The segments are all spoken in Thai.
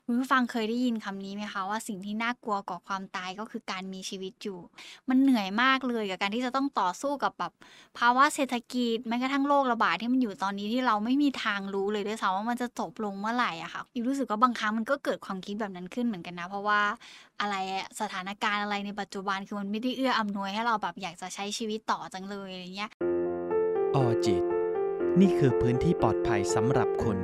คุณผู้ฟังเคยได้ยินคำนี้ไหมคะว่าสิ่งที่น่ากลัวกว่าความตายก็คือการมีชีวิตอยู่มันเหนื่อยมากเลยกับการที่จะต้องต่อสู้กับแบบภาวะเศรษฐกิจแม้กระทั่งโรคระบาดที่มันอยู่ตอนนี้ที่เราไม่มีทางรู้เลยด้วยซ้ำว่ามันจะจบลงเมื่อไหร่อะค่ะอีรู้สึกว่าบางครั้งมันก็เกิดความคิดแบบนั้นขึ้นเหมือนกันนะเพราะว่าอะไรอะสถานการณ์อะไรในปัจจุบันคือมันไม่ได้เอื้ออำนวยให้เราแบบอยากจะใช้ชีวิตต่อจังเลยอะไรเงี้ยออจิตนี่คือพื้นที่ปลอดภัยสำหรับคุณ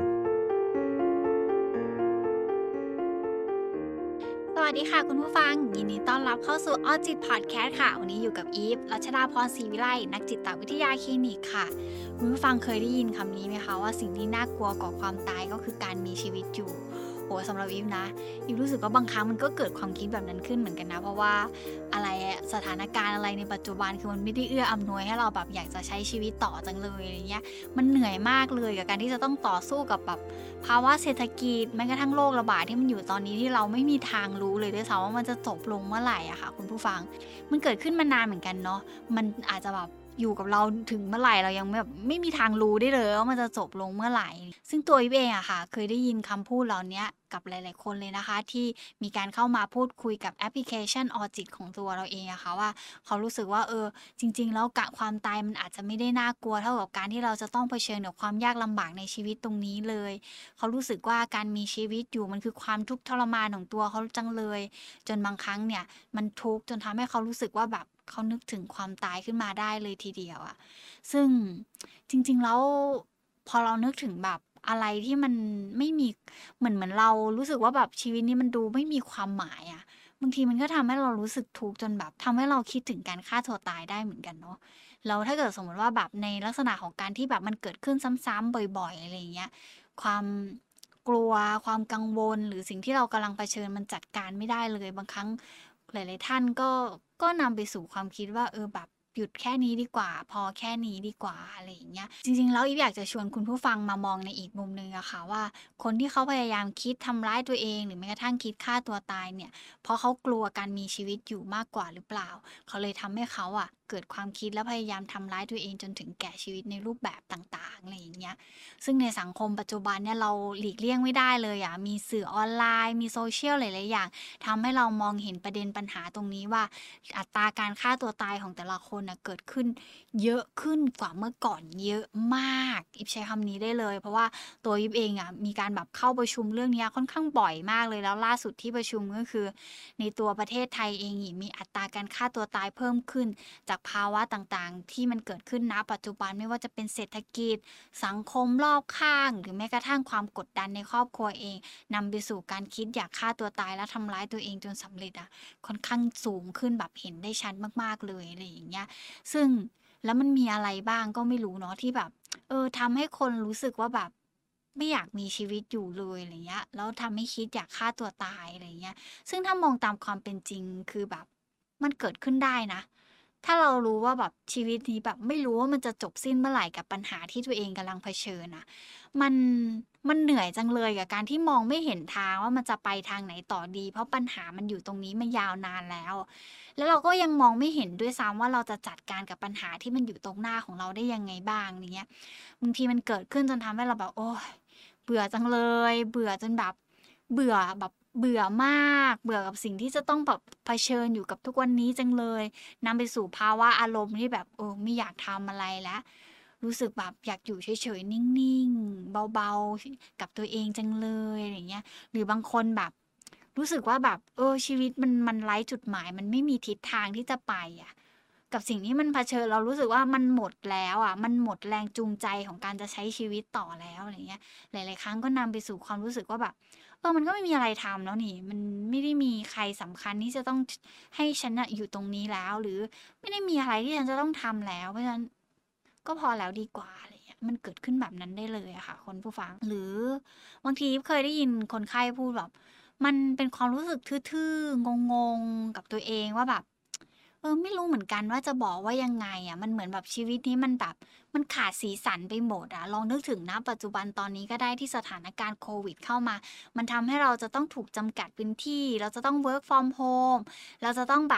สวัสดีค่ะคุณผู้ฟังยินดีต้อนรับเข้าสู่ออจิตพอดแคสต์ค่ะวันนี้อยู่กับอีฟรัชดาพรศรีวิไลนักจิตวิทยาคลินิกค่ะคุณผู้ฟังเคยได้ยินคำนี้ไหมคะว่าสิ่งที่น่ากลัวกว่าความตายก็คือการมีชีวิตอยู่โหสำหรับอีฟนะอีฟรู้สึกว่าบางครั้งมันก็เกิดความคิดแบบนั้นขึ้นเหมือนกันนะเพราะว่าอะไรอะสถานการณ์อะไรในปัจจุบันคือมันไม่ได้เอื้ออำนวยให้เราแบบอยากจะใช้ชีวิตต่อจังเลยอะไรเงี้ยมันเหนื่อยมากเลยกับการที่จะต้องต่อสู้กับแบบ ภาวะเศรษฐกิจแม้กระทั่งโรคระบาดที่มันอยู่ตอนนี้ที่เราไม่มีทางรู้เลยด้วยซ้ำว่ามันจะจบลงเมื่อไหร่อะค่ะคุณผู้ฟังมันเกิดขึ้นมานานเหมือนกันเนาะมันอาจจะแบบอยู่กับเราถึงเมื่อไหร่เรายังแบบไม่มีทางรู้ได้เลยว่ามันจะจบลงเมื่อไหร่ซึ่งตัวอีฟเองอะค่ะเคยได้ยินคำพูดเหล่าเนี้ยกับหลายๆคนเลยนะคะที่มีการเข้ามาพูดคุยกับแอปพลิเคชัน Audit ของตัวเราเองอะค่ะว่าเขารู้สึกว่าจริงๆแล้วความตายมันอาจจะไม่ได้น่ากลัวเท่ากับการที่เราจะต้องเผชิญกับความยากลำบากในชีวิตตรงนี้เลย เขารู้สึกว่าการมีชีวิตอยู่มันคือความทุกข์ทรมานของตัวเขาจังเลยจนบางครั้งเนี่ยมันทุกข์จนทำให้เขารู้สึกว่าแบบเขานึกถึงความตายขึ้นมาได้เลยทีเดียวอะซึ่งจริงๆแล้วพอเรานึกถึงแบบอะไรที่มันไม่มีเหมือนเรารู้สึกว่าแบบชีวิตนี้มันดูไม่มีความหมายอะบางทีมันก็ทำให้เรารู้สึกทุกข์จนแบบทำให้เราคิดถึงการฆ่าตัวตายได้เหมือนกันเนาะแล้วถ้าเกิดสมมติว่าแบบในลักษณะของการที่แบบมันเกิดขึ้นซ้ำๆบ่อยๆอะไรอย่างเงี้ย ความกลัวความกังวลหรือสิ่งที่เรากำลังเผชิญมันจัดการไม่ได้เลยบางครั้งหลายๆท่านก็นำไปสู่ความคิดว่าแบบหยุดแค่นี้ดีกว่าพอแค่นี้ดีกว่าอะไรอย่างเงี้ยจริงๆแล้วอีฟอยากจะชวนคุณผู้ฟังมามองในอีกมุมหนึ่งอะค่ะว่าคนที่เขาพยายามคิดทำร้ายตัวเองหรือแม้กระทั่งคิดฆ่าตัวตายเนี่ยเพราะเขากลัวการมีชีวิตอยู่มากกว่าหรือเปล่าเขาเลยทำให้เขาอะเกิดความคิดและพยายามทำร้ายตัวเองจนถึงแก่ชีวิตในรูปแบบต่างๆอะไรอย่างเงี้ย ซึ่งในสังคมปัจจุบันเนี่ยเราหลีกเลี่ยงไม่ได้เลยอะมีสื่อออนไลน์มีโซเชียลหลายๆอย่างทำให้เรามองเห็นประเด็นปัญหาตรงนี้ว่าอัตราการฆ่าตัวตายของแต่ละคนน่ะเกิดขึ้นเยอะขึ้นกว่าเมื่อก่อนเยอะมากอิฟใช้คำนี้ได้เลยเพราะว่าตัวอิฟเองอะมีการแบบเข้าประชุมเรื่องเนี้ยค่อนข้างบ่อยมากเลยแล้วล่าสุดที่ประชุมก็คือในตัวประเทศไทยเองนี่มีอัตราการฆ่าตัวตายเพิ่มขึ้นจากภาวะต่างๆที่มันเกิดขึ้นณปัจจุบันไม่ว่าจะเป็นเศรษฐกิจ สังคมรอบข้างหรือแม้กระทั่งความกดดันในครอบครัวเองนำไปสู่การคิดอยากฆ่าตัวตายและทำร้ายตัวเองจนสำเร็จอะค่อนข้างสูงขึ้นแบบเห็นได้ชัดมากๆเลยอะไรอย่างเงี้ยซึ่งแล้วมันมีอะไรบ้างก็ไม่รู้เนาะที่แบบทำให้คนรู้สึกว่าแบบไม่อยากมีชีวิตอยู่เลยอะไรเงี้ยแล้วทำให้คิดอยากฆ่าตัวตายอะไรเงี้ยซึ่งถ้ามองตามความเป็นจริงคือแบบมันเกิดขึ้นได้นะ ถ้าเรารู้ว่าแบบชีวิตนี้แบบไม่รู้ว่ามันจะจบสิ้นเมื่อไหร่กับปัญหาที่ตัวเองกำลังเผชิญน่ะมันมันเหนื่อยจังเลยกับการที่มองไม่เห็นทางว่ามันจะไปทางไหนต่อดีเพราะปัญหามันอยู่ตรงนี้มายาวนานแล้วแล้วเราก็ยังมองไม่เห็นด้วยซ้ำว่าเราจะจัดการกับปัญหาที่มันอยู่ตรงหน้าของเราได้ยังไงบ้างอย่างเงี้ยบางทีมันเกิดขึ้นจนทำให้เราแบบโอ๊ยเบื่อจังเลยเบื่อจนแบบเบื่อแบบเบื่อมากเบื่อกับสิ่งที่จะต้องแบบเผชิญอยู่กับทุกวันนี้จังเลย นำไปสู่ภาวะอารมณ์ที่แบบไม่อยากทำอะไรแล้วรู้สึกแบบอยากอยู่เฉยๆนิ่งๆเบาๆกับตัวเองจังเลยอะไรอย่างเงี้ยหรือบางคนแบบรู้สึกว่าแบบชีวิตมันไร้จุดหมายมันไม่มีทิศทางที่จะไปอะกับสิ่งที่มันเผชิญเรารู้สึกว่ามันหมดแล้วอะมันหมดแรงจูงใจของการจะใช้ชีวิตต่อแล้วอะไรเงี้ยหลายๆครั้งก็นำไปสู่ความรู้สึกว่าแบบมันก็ไม่มีอะไรทำแล้วนี่มันไม่ได้มีใครสำคัญที่จะต้องให้ฉันน่ะอยู่ตรงนี้แล้วหรือ ไม่ได้มีอะไรที่ฉันจะต้องทำแล้วเพราะฉะนั้นก็พอแล้วดีกว่าอะไรเงี้ยมันเกิดขึ้นแบบนั้นได้เลยอะค่ะคุณผู้ฟังหรือบางทีเคยได้ยินคนไข้พูดแบบมันเป็นความรู้สึกทื่อๆงงๆกับตัวเองว่าแบบไม่รู้เหมือนกันว่าจะบอกว่ายังไงอะมันเหมือนแบบชีวิตนี้มันแบบมันขาดสีสันไปหมดอะลองนึกถึงณปัจจุบันตอนนี้ก็ได้ที่สถานการณ์โควิดเข้ามามันทำให้เราจะต้องถูกจำกัดพื้นที่เราจะต้อง work from home เราจะต้องแบบ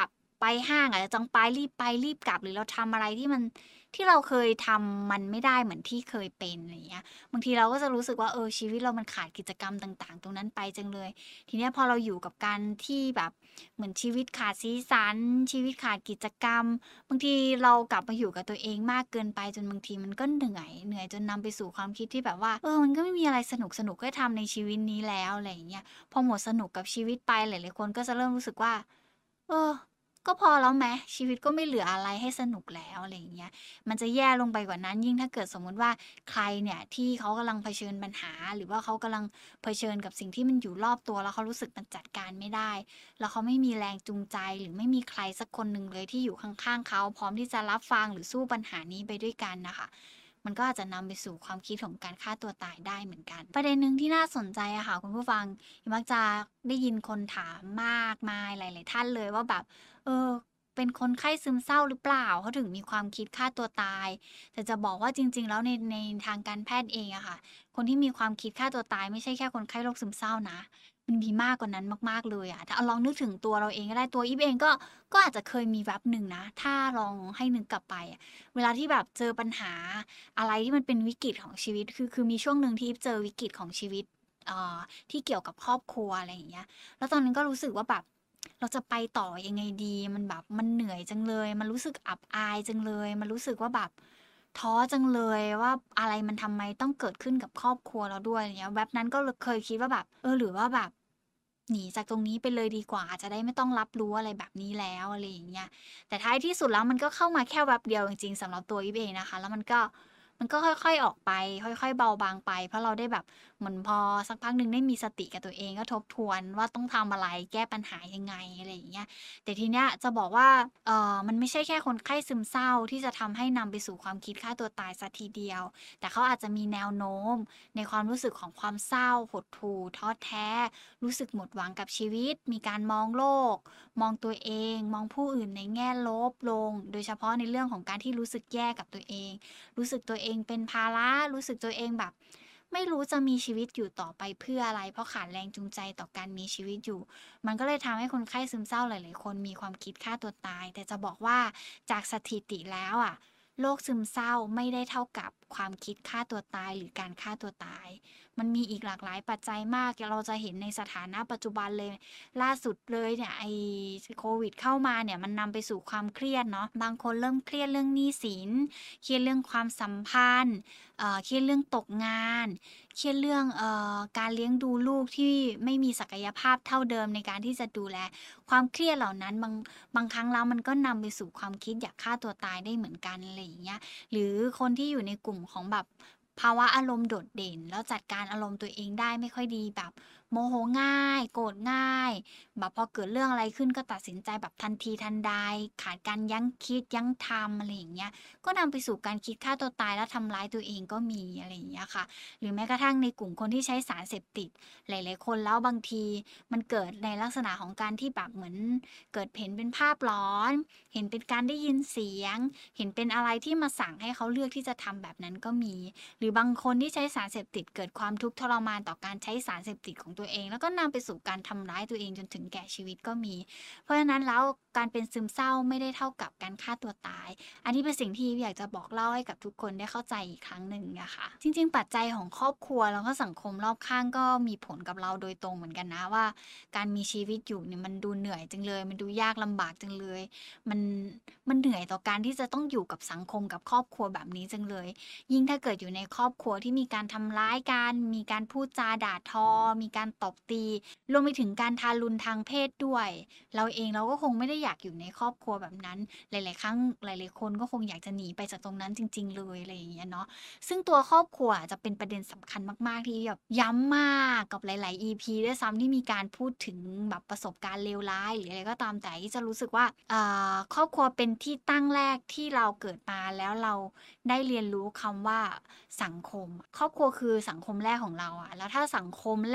ไปห้างอาจจะต้องไปรีบกลับหรือเราทำอะไรที่เราเคยทำมันไม่ได้เหมือนที่เคยเป็นอะไรอย่างเงี้ยบางทีเราก็จะรู้สึกว่าชีวิตเรามันขาดกิจกรรมต่างๆตรงนั้นไปจังเลยทีเนี้ยพอเราอยู่กับการที่แบบเหมือนชีวิตขาดสีสันชีวิตขาดกิจกรรมบางทีเรากลับมาอยู่กับตัวเองมากเกินไปจนบางทีมันก็เหนื่อยจนนำไปสู่ความคิดที่แบบว่ามันก็ไม่มีอะไรสนุกให้ทำในชีวิตนี้แล้วอะไรอย่างเงี้ยพอหมดสนุกกับชีวิตไปหลายๆคนก็จะเริ่มรู้สึกว่าเออก็พอแล้วไหมชีวิตก็ไม่เหลืออะไรให้สนุกแล้วอะไรอย่างเงี้ยมันจะแย่ลงไปกว่านั้นยิ่งถ้าเกิดสมมุติว่าใครเนี่ยที่เขากำลังเผชิญปัญหาหรือว่าเขากำลังเผชิญกับสิ่งที่มันอยู่รอบตัวแล้วเขารู้สึกมันจัดการไม่ได้แล้วเขาไม่มีแรงจูงใจหรือไม่มีใครสักคนหนึ่งเลยที่อยู่ข้างๆเขาพร้อมที่จะรับฟังหรือสู้ปัญหานี้ไปด้วยกันน่ะค่ะมันก็อาจจะนำไปสู่ความคิดของการฆ่าตัวตายได้เหมือนกันประเด็นหนึ่งที่น่าสนใจอะค่ะคุณผู้ฟังมักจะได้ยินคนถามมากมายหลายๆท่านเลยว่าแบบเออเป็นคนไข้ซึมเศร้าหรือเปล่าเขาถึงมีความคิดฆ่าตัวตายแต่จะบอกว่าจริงๆแล้วในทางการแพทย์เองอะค่ะคนที่มีความคิดฆ่าตัวตายไม่ใช่แค่คนไข้โรคซึมเศร้านะมันมีมากกว่านั้นมากๆเลยอะถ้าลองนึกถึงตัวเราเองก็ได้ตัวอีฟเองก็อาจจะเคยมีแว็บหนึ่งนะถ้าลองให้นึกกลับไปอะเวลาที่แบบเจอปัญหาอะไรที่มันเป็นวิกฤตของชีวิตคือมีช่วงหนึ่งที่อีฟเจอวิกฤตของชีวิตเอ่อที่เกี่ยวกับครอบครัวอะไรอย่างเงี้ย แล้วตอนนั้นก็รู้สึกว่าแบบเราจะไปต่อยังไงดีมันแบบมันเหนื่อยจังเลยมันรู้สึกอับอายจังเลยมันรู้สึกว่าแบบท้อจังเลยว่าอะไรมันทำไมต้องเกิดขึ้นกับครอบครัวเราด้วยอะไรเงี้ยแว็บนั้นก็เคยคิดว่าแบบหรือว่าแบบหนีจากตรงนี้ไปเลยดีกว่าจะได้ไม่ต้องรับรู้อะไรแบบนี้แล้วอะไรอย่างเงี้ยแต่ท้ายที่สุดแล้วมันก็เข้ามาแค่แว็บเดียวจริงๆสำหรับตัวอีฟเองนะคะแล้วมันก็ค่อยๆออกไปค่อยๆเบาบางไปเพราะเราได้แบบเหมือนพอสักพักหนึ่งได้มีสติกับตัวเองก็ทบทวนว่าต้องทำอะไรแก้ปัญหายังไงอะไรอย่างเงี้ยแต่ทีเนี้ยจะบอกว่ามันไม่ใช่แค่คนไข้ซึมเศร้าที่จะทำให้นำไปสู่ความคิดฆ่าตัวตายเสียทีเดียวแต่เขาอาจจะมีแนวโน้มในความรู้สึกของความเศร้าหดหู่ท้อแท้รู้สึกหมดหวังกับชีวิตมีการมองโลกมองตัวเองมองผู้อื่นในแง่ลบลงโดยเฉพาะในเรื่องของการที่รู้สึกแย่กับตัวเอง รู้สึกตัวเองเป็นภาระรู้สึกตัวเองแบบไม่รู้จะมีชีวิตอยู่ต่อไปเพื่ออะไรเพราะขาดแรงจูงใจต่อการมีชีวิตอยู่มันก็เลยทำให้คนไข้ซึมเศร้าหลายๆคนมีความคิดฆ่าตัวตายแต่จะบอกว่าจากสถิติแล้วอะโรคซึมเศร้าไม่ได้เท่ากับความคิดฆ่าตัวตายหรือการฆ่าตัวตายมันมีอีกหลากหลายปัจจัยมากเราจะเห็นในสถานะปัจจุบันเลยล่าสุดเลยเนี่ยไอ้โควิดเข้ามาเนี่ยมันนำไปสู่ความเครียดเนาะบางคนเริ่มเครียดเรื่องหนี้สิน เครียดเรื่องความสัมพันธ์เครียดเรื่องตกงานเครียดเรื่องการเลี้ยงดูลูกที่ไม่มีศักยภาพเท่าเดิมในการที่จะดูแลความเครียดเหล่านั้นบางครั้งแล้วมันก็นำไปสู่ความคิดอยากฆ่าตัวตายได้เหมือนกันอะไรอย่างเงี้ยหรือคนที่อยู่ในกลุ่มของแบบภาวะอารมณ์โดดเด่นแล้วจัดการอารมณ์ตัวเองได้ไม่ค่อยดีแบบโมโหง่ายโกรธง่ายแบบพอเกิดเรื่องอะไรขึ้นก็ตัดสินใจแบบทันทีทันใดขาดการยั้งคิดยั้งทำอะไรอย่างเงี้ย ก็นำไปสู่การคิดฆ่าตัวตายและทำร้ายตัวเองก็มีอะไรอย่างเงี้ยค่ะหรือแม้กระทั่งในกลุ่มคนที่ใช้สารเสพติดหลายๆคนแล้วบางทีมันเกิดในลักษณะของการที่แบบเหมือนเกิดเห็นเป็นภาพหลอนเห็นเป็นการได้ยินเสียงเห็นเป็นอะไรที่มาสั่งให้เขาเลือกที่จะทำแบบนั้นก็มีหรือบางคนที่ใช้สารเสพติดเกิดความทุกข์ทรมานต่อการใช้สารเสพติดของตัวเองแล้วก็นำไปสู่การทำร้ายตัวเองจนถึงแก่ชีวิตก็มีเพราะฉะนั้นแล้วการเป็นซึมเศร้าไม่ได้เท่ากับการฆ่าตัวตาย อันนี้เป็นสิ่งที่อยากจะบอกเล่าให้กับทุกคนได้เข้าใจอีกครั้งหนึ่งอะค่ะจริงๆปัจจัยของครอบครัวแล้วก็สังคมรอบข้างก็มีผลกับเราโดยตรงเหมือนกันนะว่าการมีชีวิตอยู่เนี่ยมันดูเหนื่อยจังเลยมันดูยากลำบากจังเลยมันมันเหนื่อยต่อการที่จะต้องอยู่กับสังคมกับครอบครัวแบบนี้จังเลยยิ่งถ้าเกิดอยู่ในครอบครัวที่มีการทำร้ายกันมีการพูดจาด่าทอมีการตบตีรวมไปถึงการทารุณทางเพศด้วยเราเองเราก็คงไม่ได้อยากอยู่ในครอบครัวแบบนั้น หลายๆครั้งหลายๆคนก็คงอยากจะหนีไปจากตรงนั้นจริงๆเลยอะไรอย่างเงี้ยเนาะซึ่งตัวครอบครัวอะจะเป็นประเด็นสำคัญมากๆที่แบบย้ำมากกับหลายๆ EP ด้วยซ้ำที่มีการพูดถึงแบบประสบการณ์เลวร้ายหรืออะไรก็ตามแต่ที่จะรู้สึกว่าครอบครัวเป็นที่ตั้งแรกที่เราเกิดมาแล้วเราได้เรียนรู้คำว่าสังคมครอบครัวคือสังคมแรกของเราอะแล้วถ้าสังคมแรกของ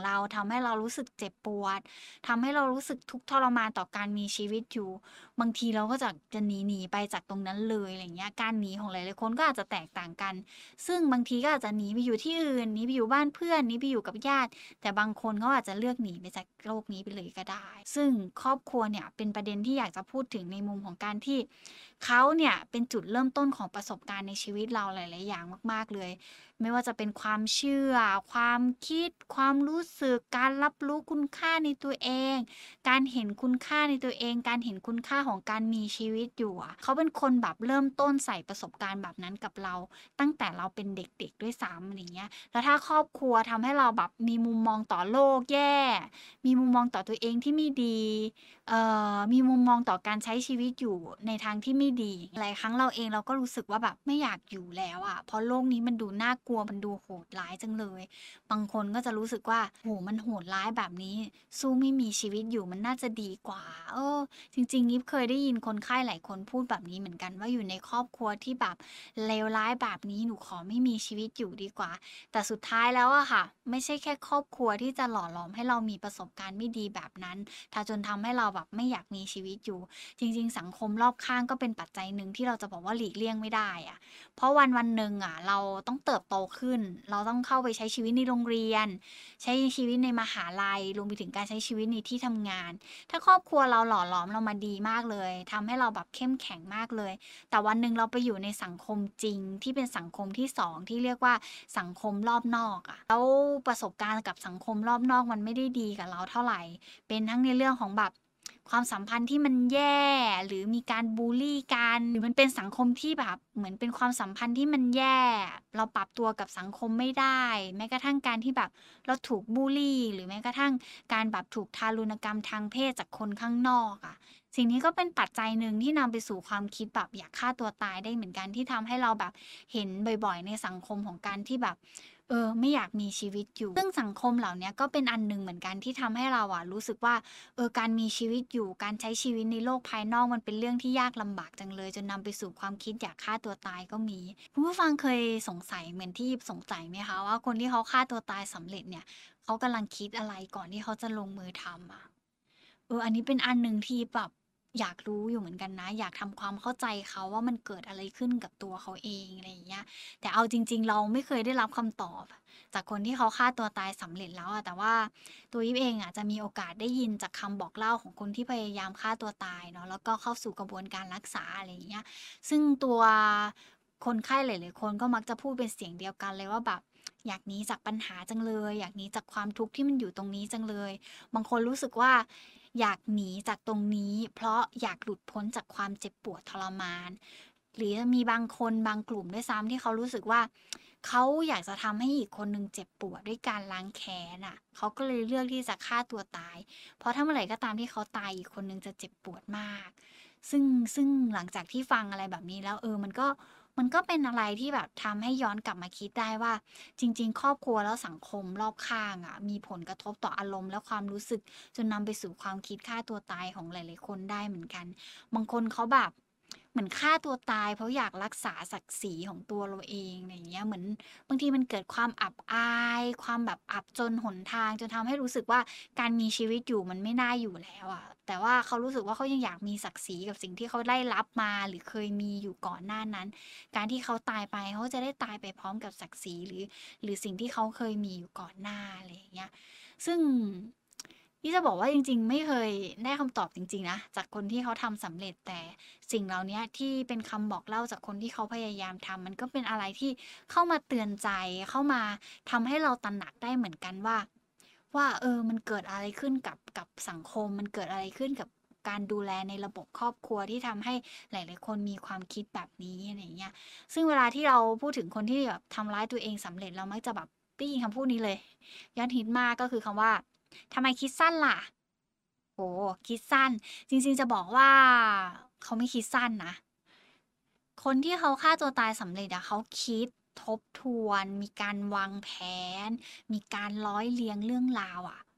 เราทำให้เรารู้สึกเจ็บปวดทำให้เรารู้สึกทุกข์ทรมานต่อการมีชีวิตอยู่บางทีเราก็จะหนีไปจากตรงนั้นเลยอะไรเงี้ยการหนีของหลายๆคนก็อาจจะแตกต่างกันซึ่งบางทีก็อาจจะหนีไปอยู่ที่อื่นหนีไปอยู่บ้านเพื่อนหนีไปอยู่กับญาติแต่บางคนเขาอาจจะเลือกหนีไปจากโลกนี้ไปเลยก็ได้ซึ่งครอบครัวเนี่ยเป็นประเด็นที่อยากจะพูดถึงในมุมของการที่เขาเนี่ยเป็นจุดเริ่มต้นของประสบการณ์ในชีวิตเราหลายๆอย่างมากๆเลยไม่ว่าจะเป็นความเชื่อความคิดความรู้สึกการรับรู้คุณค่าในตัวเองการเห็นคุณค่าในตัวเองการเห็นคุณค่าของการมีชีวิตอยู่อะเขาเป็นคนแบบเริ่มต้นใส่ประสบการณ์แบบนั้นกับเราตั้งแต่เราเป็นเด็กๆด้วยซ้ำอะไรเงี้ยแล้วถ้าครอบครัวทำให้เราแบบมีมุมมองต่อโลกแย่มีมุมมองต่อตัวเองที่ไม่ดีมีมุมมองต่อการใช้ชีวิตอยู่ในทางที่ไม่ดีหลายครั้งเราเองเราก็รู้สึกว่าแบบไม่อยากอยู่แล้วอะเพราะโลกนี้มันดูน่ากลัวมันดูโหดร้ายจังเลยบางคนก็จะรู้สึกว่าโหมันโหดร้ายแบบนี้สู้ไม่มีชีวิตอยู่มันน่าจะดีกว่าจริงๆนิฟเคยได้ยินคนไข้หลายคนพูดแบบนี้เหมือนกันว่าอยู่ในครอบครัวที่แบบเลวร้ายแบบนี้หนูขอไม่มีชีวิตอยู่ดีกว่าแต่สุดท้ายแล้วอะค่ะไม่ใช่แค่ครอบครัวที่จะหล่อหลอมให้เรามีประสบการณ์ไม่ดีแบบนั้นจนทำให้เราแบบไม่อยากมีชีวิตอยู่จริงๆสังคมรอบข้างก็เป็นปัจจัยหนึ่งที่เราจะบอกว่าหลีกเลี่ยงไม่ได้อะเพราะวันหนึ่งอะเราต้องเติบโตขึ้นเราต้องเข้าไปใช้ชีวิตในโรงเรียนใช้ชีวิตในมหาลัยรวมไปถึงการใช้ชีวิตในที่ทำงานถ้าครอบครัวเราหล่อหลอมเรามาดีมากเลยทำให้เราแบบเข้มแข็งมากเลยแต่วันหนึ่งเราไปอยู่ในสังคมจริงที่เป็นสังคมที่สองที่เรียกว่าสังคมรอบนอกอะแล้วประสบการณ์กับสังคมรอบนอกมันไม่ได้ดีกับเราเท่าไหร่เป็นทั้งในเรื่องของแบบความสัมพันธ์ที่มันแย่หรือมีการบูลลีกันหรือมันเป็นสังคมที่แบบเหมือนเป็นความสัมพันธ์ที่มันแย่เราปรับตัวกับสังคมไม่ได้แม้กระทั่งการที่แบบเราถูกบูลลีหรือแม้กระทั่งการแบบถูกทารุณกรรมทางเพศจากคนข้างนอกอะสิ่งนี้ก็เป็นปัจจัยหนึ่งที่นำไปสู่ความคิดแบบอยากฆ่าตัวตายได้เหมือนกันที่ทำให้เราแบบเห็นบ่อยๆในสังคมของการที่แบบไม่อยากมีชีวิตอยู่ซึ่งสังคมเหล่านี้ก็เป็นอันหนึ่งเหมือนกันที่ทำให้เราอะรู้สึกว่าการมีชีวิตอยู่การใช้ชีวิตในโลกภายนอกมันเป็นเรื่องที่ยากลำบากจังเลยจนนำไปสู่ความคิดอยากฆ่าตัวตายก็มีคุณผู้ฟังเคยสงสัยเหมือนที่สงสัยไหมคะว่าคนที่เขาฆ่าตัวตายสำเร็จเนี่ยเขากำลังคิดอะไรก่อนที่เขาจะลงมือทำอะอันนี้เป็นอันหนึ่งที่แบบอยากรู้อยู่เหมือนกันนะอยากทำความเข้าใจเขาว่ามันเกิดอะไรขึ้นกับตัวเขาเองอะไรอย่างเงี้ยแต่เอาจริงๆเราไม่เคยได้รับคำตอบจากคนที่เขาฆ่าตัวตายสำเร็จแล้วอะแต่ว่าตัวยิปเองอะจะมีโอกาสได้ยินจากคำบอกเล่าของคนที่พยายามฆ่าตัวตายเนาะแล้วก็เข้าสู่กระบวนการรักษาอะไรอย่างเงี้ยซึ่งตัวคนไข้หลายๆคนก็มักจะพูดเป็นเสียงเดียวกันเลยว่าแบบอยากหนีจากปัญหาจังเลยอยากหนีจากความทุกข์ที่มันอยู่ตรงนี้จังเลยบางคนรู้สึกว่าอยากหนีจากตรงนี้เพราะอยากหลุดพ้นจากความเจ็บปวดทรมานหรือมีบางคนบางกลุ่มด้วยซ้ำที่เขารู้สึกว่าเขาอยากจะทำให้อีกคนหนึ่งเจ็บปวดด้วยการล้างแค้นอะเขาก็เลยเลือกที่จะฆ่าตัวตายเพราะถ้าเมื่อไหร่ก็ตามที่เขาตายอีกคนหนึ่งจะเจ็บปวดมากซึ่งหลังจากที่ฟังอะไรแบบนี้แล้วมันก็เป็นอะไรที่แบบทำให้ย้อนกลับมาคิดได้ว่าจริงๆครอบครัวแล้วสังคมรอบข้างอะมีผลกระทบต่ออารมณ์และความรู้สึกจนนำไปสู่ความคิดฆ่าตัวตายของหลายๆคนได้เหมือนกันบางคนเขาแบบเหมือนฆ่าตัวตายเพราะอยากรักษาศักดิ์ศรีของตัวเราเองอะไรอย่างเงี้ยเหมือนบางทีมันเกิดความอับอายความแบบอับจนหนทางจนทำให้รู้สึกว่าการมีชีวิตอยู่มันไม่น่าอยู่แล้วอะแต่ว่าเขารู้สึกว่าเขายังอยากมีศักดิ์ศรีกับสิ่งที่เขาได้รับมาหรือเคยมีอยู่ก่อนหน้านั้น การที่เขาตายไปเขาจะได้ตายไปพร้อมกับศักดิ์ศรีหรือสิ่งที่เขาเคยมีอยู่ก่อนหน้าอะไรอย่างเงี้ยซึ่งที่จะบอกว่าจริงๆไม่เคยได้คำตอบจริงๆนะจากคนที่เขาทำสำเร็จแต่สิ่งเหล่านี้ที่เป็นคำบอกเล่าจากคนที่เขาพยายามทำมันก็เป็นอะไรที่เข้ามาเตือนใจเข้ามาทำให้เราตระหนักได้เหมือนกันว่ามันเกิดอะไรขึ้นกับสังคมมันเกิดอะไรขึ้นกับการดูแลในระบบครอบครัวที่ทำให้หลายๆคนมีความคิดแบบนี้อะไรอย่างเงี้ยซึ่งเวลาที่เราพูดถึงคนที่แบบทำร้ายตัวเองสำเร็จเรามักจะแบบได้ยินคำพูดนี้เลยยอดฮิตมากก็คือคำว่าทำไมคิดสั้นล่ะโอ้คิดสั้นจริงๆจะบอกว่าเขาไม่คิดสั้นนะคนที่เขาฆ่าตัวตายสำเร็จอะเขาคิดทบทวนมีการวางแผนมีการร้อยเรียงเรื่องราวอะ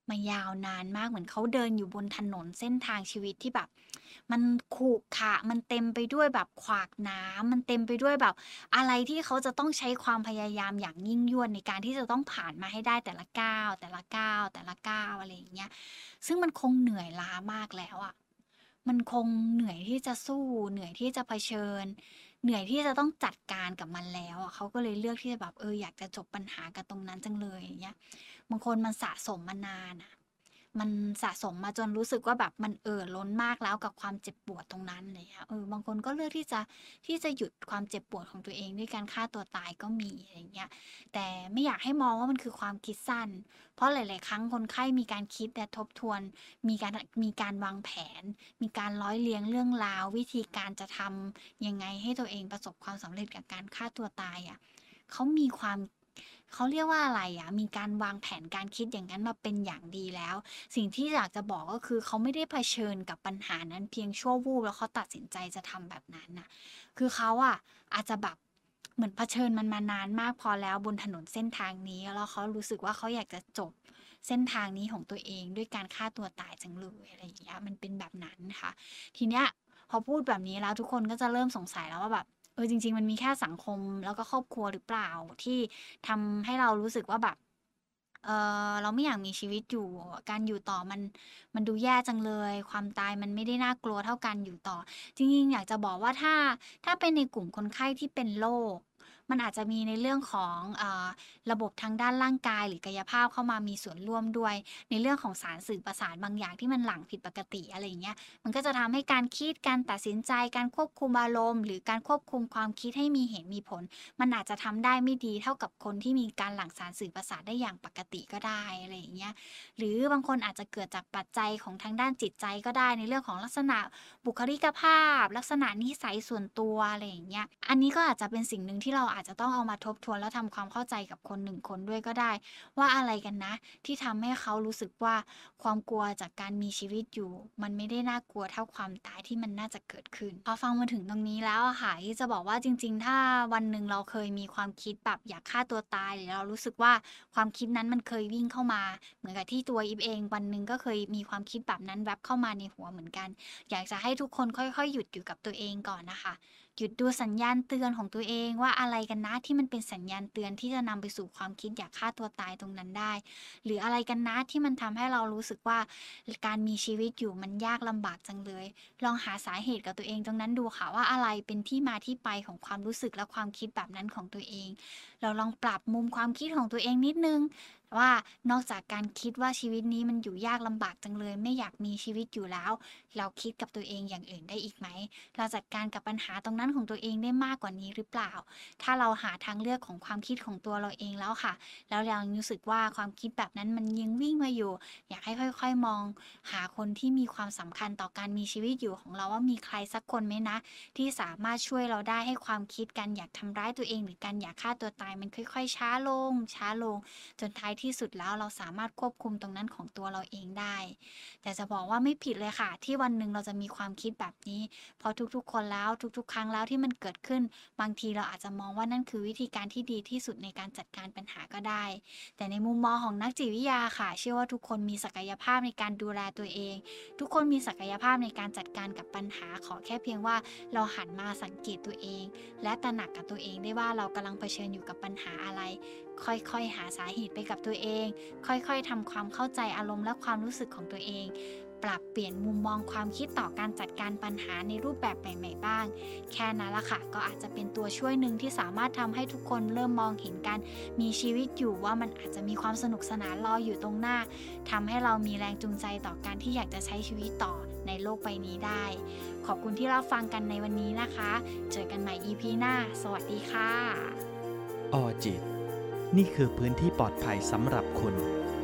มายาวนานมากเหมือนเขาเดินอยู่บนถนนเส้นทางชีวิตที่แบบมันขรุขระมันเต็มไปด้วยแบบขวากหนามมันเต็มไปด้วยแบบอะไรที่เขาจะต้องใช้ความพยายามอย่างยิ่งยวดในการที่จะต้องผ่านมาให้ได้แต่ละก้าวแต่ละก้าวแต่ละก้าวอะไรอย่างเงี้ยซึ่งมันคงเหนื่อยล้ามากแล้วอะมันคงเหนื่อยที่จะสู้เหนื่อยที่จะเผชิญเหนื่อยที่จะต้องจัดการกับมันแล้วอะเขาก็เลยเลือกที่จะแบบอยากจะจบปัญหากับตรงนั้นจังเลยอย่างเงี้ย บางคนมันสะสมมานานอะมันสะสมมาจนรู้สึกว่าแบบมันล้นมากแล้วกับความเจ็บปวดตรงนั้นอะไรเงี้ยบางคนก็เลือกที่จะหยุดความเจ็บปวดของตัวเองด้วยการฆ่าตัวตายก็มีอะไรเงี้ยแต่ไม่อยากให้มองว่ามันคือความคิดสั้นเพราะหลายๆครั้งคนไข้มีการคิดและทบทวนมีการวางแผนมีการร้อยเรียงเรื่องราววิธีการจะทำยังไงให้ตัวเองประสบความสำเร็จกับการฆ่าตัวตายอะเขามีความ เขาเรียกว่าอะไรอะมีการวางแผนการคิดอย่างนั้นมาเป็นอย่างดีแล้ว สิ่งที่อยากจะบอกก็คือเขาไม่ได้เผชิญกับปัญหานั้นเพียงชั่ววูบแล้วเขาตัดสินใจจะทำแบบนั้นน่ะคือเขาอะอาจจะแบบเหมือนเผชิญมันมานานมากพอแล้วบนถนนเส้นทางนี้แล้วเขารู้สึกว่าเขาอยากจะจบเส้นทางนี้ของตัวเองด้วยการฆ่าตัวตายจังเลยอะไรอย่างเงี้ยมันเป็นแบบนั้นค่ะทีเนี้ยพอพูดแบบนี้แล้วทุกคนก็จะเริ่มสงสัยแล้วว่าแบบจริงๆมันมีแค่สังคมแล้วก็ครอบครัวหรือเปล่าที่ ทำให้เรารู้สึกว่าแบบเราไม่อยากมีชีวิตอยู่การอยู่ต่อมันดูแย่จังเลย ความตายมันไม่ได้น่ากลัวเท่าการอยู่ต่อ จริงๆอยากจะบอกว่าถ้าเป็นในกลุ่มคนไข้ที่เป็นโรคมันอาจจะมีในเรื่องของระบบทางด้านร่างกายหรือกายภาพเข้ามามีส่วนร่วมด้วยในเรื่องของสารสื่อประสาทบางอย่างที่มันหลั่งผิดปกติอะไรอย่างเงี้ยมันก็จะทำให้การคิดการตัดสินใจการควบคุมอารมณ์หรือการควบคุมความคิดให้มีเหตุมีผล มันอาจจะทำได้ไม่ดีเท่ากับคนที่มีการหลั่งสารสื่อประสาทได้อย่างปกติก็ได้อะไรอย่างเงี้ยหรือบางคนอาจจะเกิดจากปัจจัยของทางด้านจิตใจก็ได้ในเรื่องของลักษณะบุคลิกภาพลักษณะนิสัยส่วนตัวอะไรอย่างเงี้ยอันนี้ก็อาจจะเป็นสิ่งหนึ่งที่เราอาจจะต้องเอามาทบทวนแล้วทำความเข้าใจกับคนหนึ่งคนด้วยก็ได้ว่าอะไรกันนะที่ทำให้เขารู้สึกว่าความกลัวจากการมีชีวิตอยู่มันไม่ได้น่ากลัวเท่าความตายที่มันน่าจะเกิดขึ้นพอฟังมาถึงตรงนี้แล้วอะค่ะที่จะบอกว่าจริงๆถ้าวันหนึ่งเราเคยมีความคิดแบบอยากฆ่าตัวตายหรือเรารู้สึกว่าความคิดนั้นมันเคยวิ่งเข้ามาเหมือนกับที่ตัวอีฟเองวันหนึ่งก็เคยมีความคิดแบบนั้นแวบเข้ามาในหัวเหมือนกันอยากจะให้ทุกคนค่อยๆหยุดอยู่กับตัวเองก่อนนะคะหยุดดูสัญญาณเตือนของตัวเองว่าอะไรกันนะที่มันเป็นสัญญาณเตือนที่จะนำไปสู่ความคิดอยากฆ่าตัวตายตรงนั้นได้หรืออะไรกันนะที่มันทำให้เรารู้สึกว่าการมีชีวิตอยู่มันยากลำบากจังเลยลองหาสาเหตุกับตัวเองตรงนั้นดูค่ะว่าอะไรเป็นที่มาที่ไปของความรู้สึกและความคิดแบบนั้นของตัวเองเราลองปรับมุมความคิดของตัวเองนิดนึงว่านอกจากการคิดว่าชีวิตนี้มันอยู่ยากลำบากจังเลยไม่อยากมีชีวิตอยู่แล้วเราคิดกับตัวเองอย่างอื่นได้อีกไหมเราจัดการกับปัญหาตรงนั้นของตัวเองได้มากกว่านี้หรือเปล่าถ้าเราหาทางเลือกของความคิดของตัวเราเองแล้วค่ะแล้วเรารู้สึกว่าความคิดแบบนั้นมันยังวิ่งมาอยู่อยากให้ค่อยๆมองหาคนที่มีความสำคัญต่อการมีชีวิตอยู่ของเราว่ามีใครสักคนไหมนะที่สามารถช่วยเราได้ให้ความคิดการอยากทำร้ายตัวเองหรือการอยากฆ่าตัวตายมันค่อยๆช้าลงช้าลงจนท้ายที่สุดแล้วเราสามารถควบคุมตรงนั้นของตัวเราเองได้แต่จะบอกว่าไม่ผิดเลยค่ะที่วันหนึ่งเราจะมีความคิดแบบนี้เพราะทุกๆคนแล้วทุกๆครั้งแล้วที่มันเกิดขึ้นบางทีเราอาจจะมองว่านั่นคือวิธีการที่ดีที่สุดในการจัดการปัญหาก็ได้แต่ในมุมมองของนักจิตวิทยาค่ะเชื่อว่าทุกคนมีศักยภาพในการดูแลตัวเองทุกคนมีศักยภาพในการจัดการกับปัญหาขอแค่เพียงว่าเราหันมาสังเกตตัวเองและตระหนักกับตัวเองได้ว่าเรากำลังเผชิญอยู่กับปัญหาอะไรค่อยๆหาสาเหตุไปกับตัวเองค่อยๆทำความเข้าใจอารมณ์และความรู้สึกของตัวเองปรับเปลี่ยนมุมมองความคิดต่อการจัดการปัญหาในรูปแบบใหม่ๆบ้างแค่นั้นละค่ะก็อาจจะเป็นตัวช่วยหนึ่งที่สามารถทำให้ทุกคนเริ่มมองเห็นการมีชีวิตอยู่ว่ามันอาจจะมีความสนุกสนานรออยู่ตรงหน้าทำให้เรามีแรงจูงใจต่อการที่อยากจะใช้ชีวิตต่อในโลกใบนี้ได้ขอบคุณที่รับฟังกันในวันนี้นะคะเจอกันใหม่ EP หน้าสวัสดีค่ะออจิตนี่คือพื้นที่ปลอดภัยสำหรับคุณ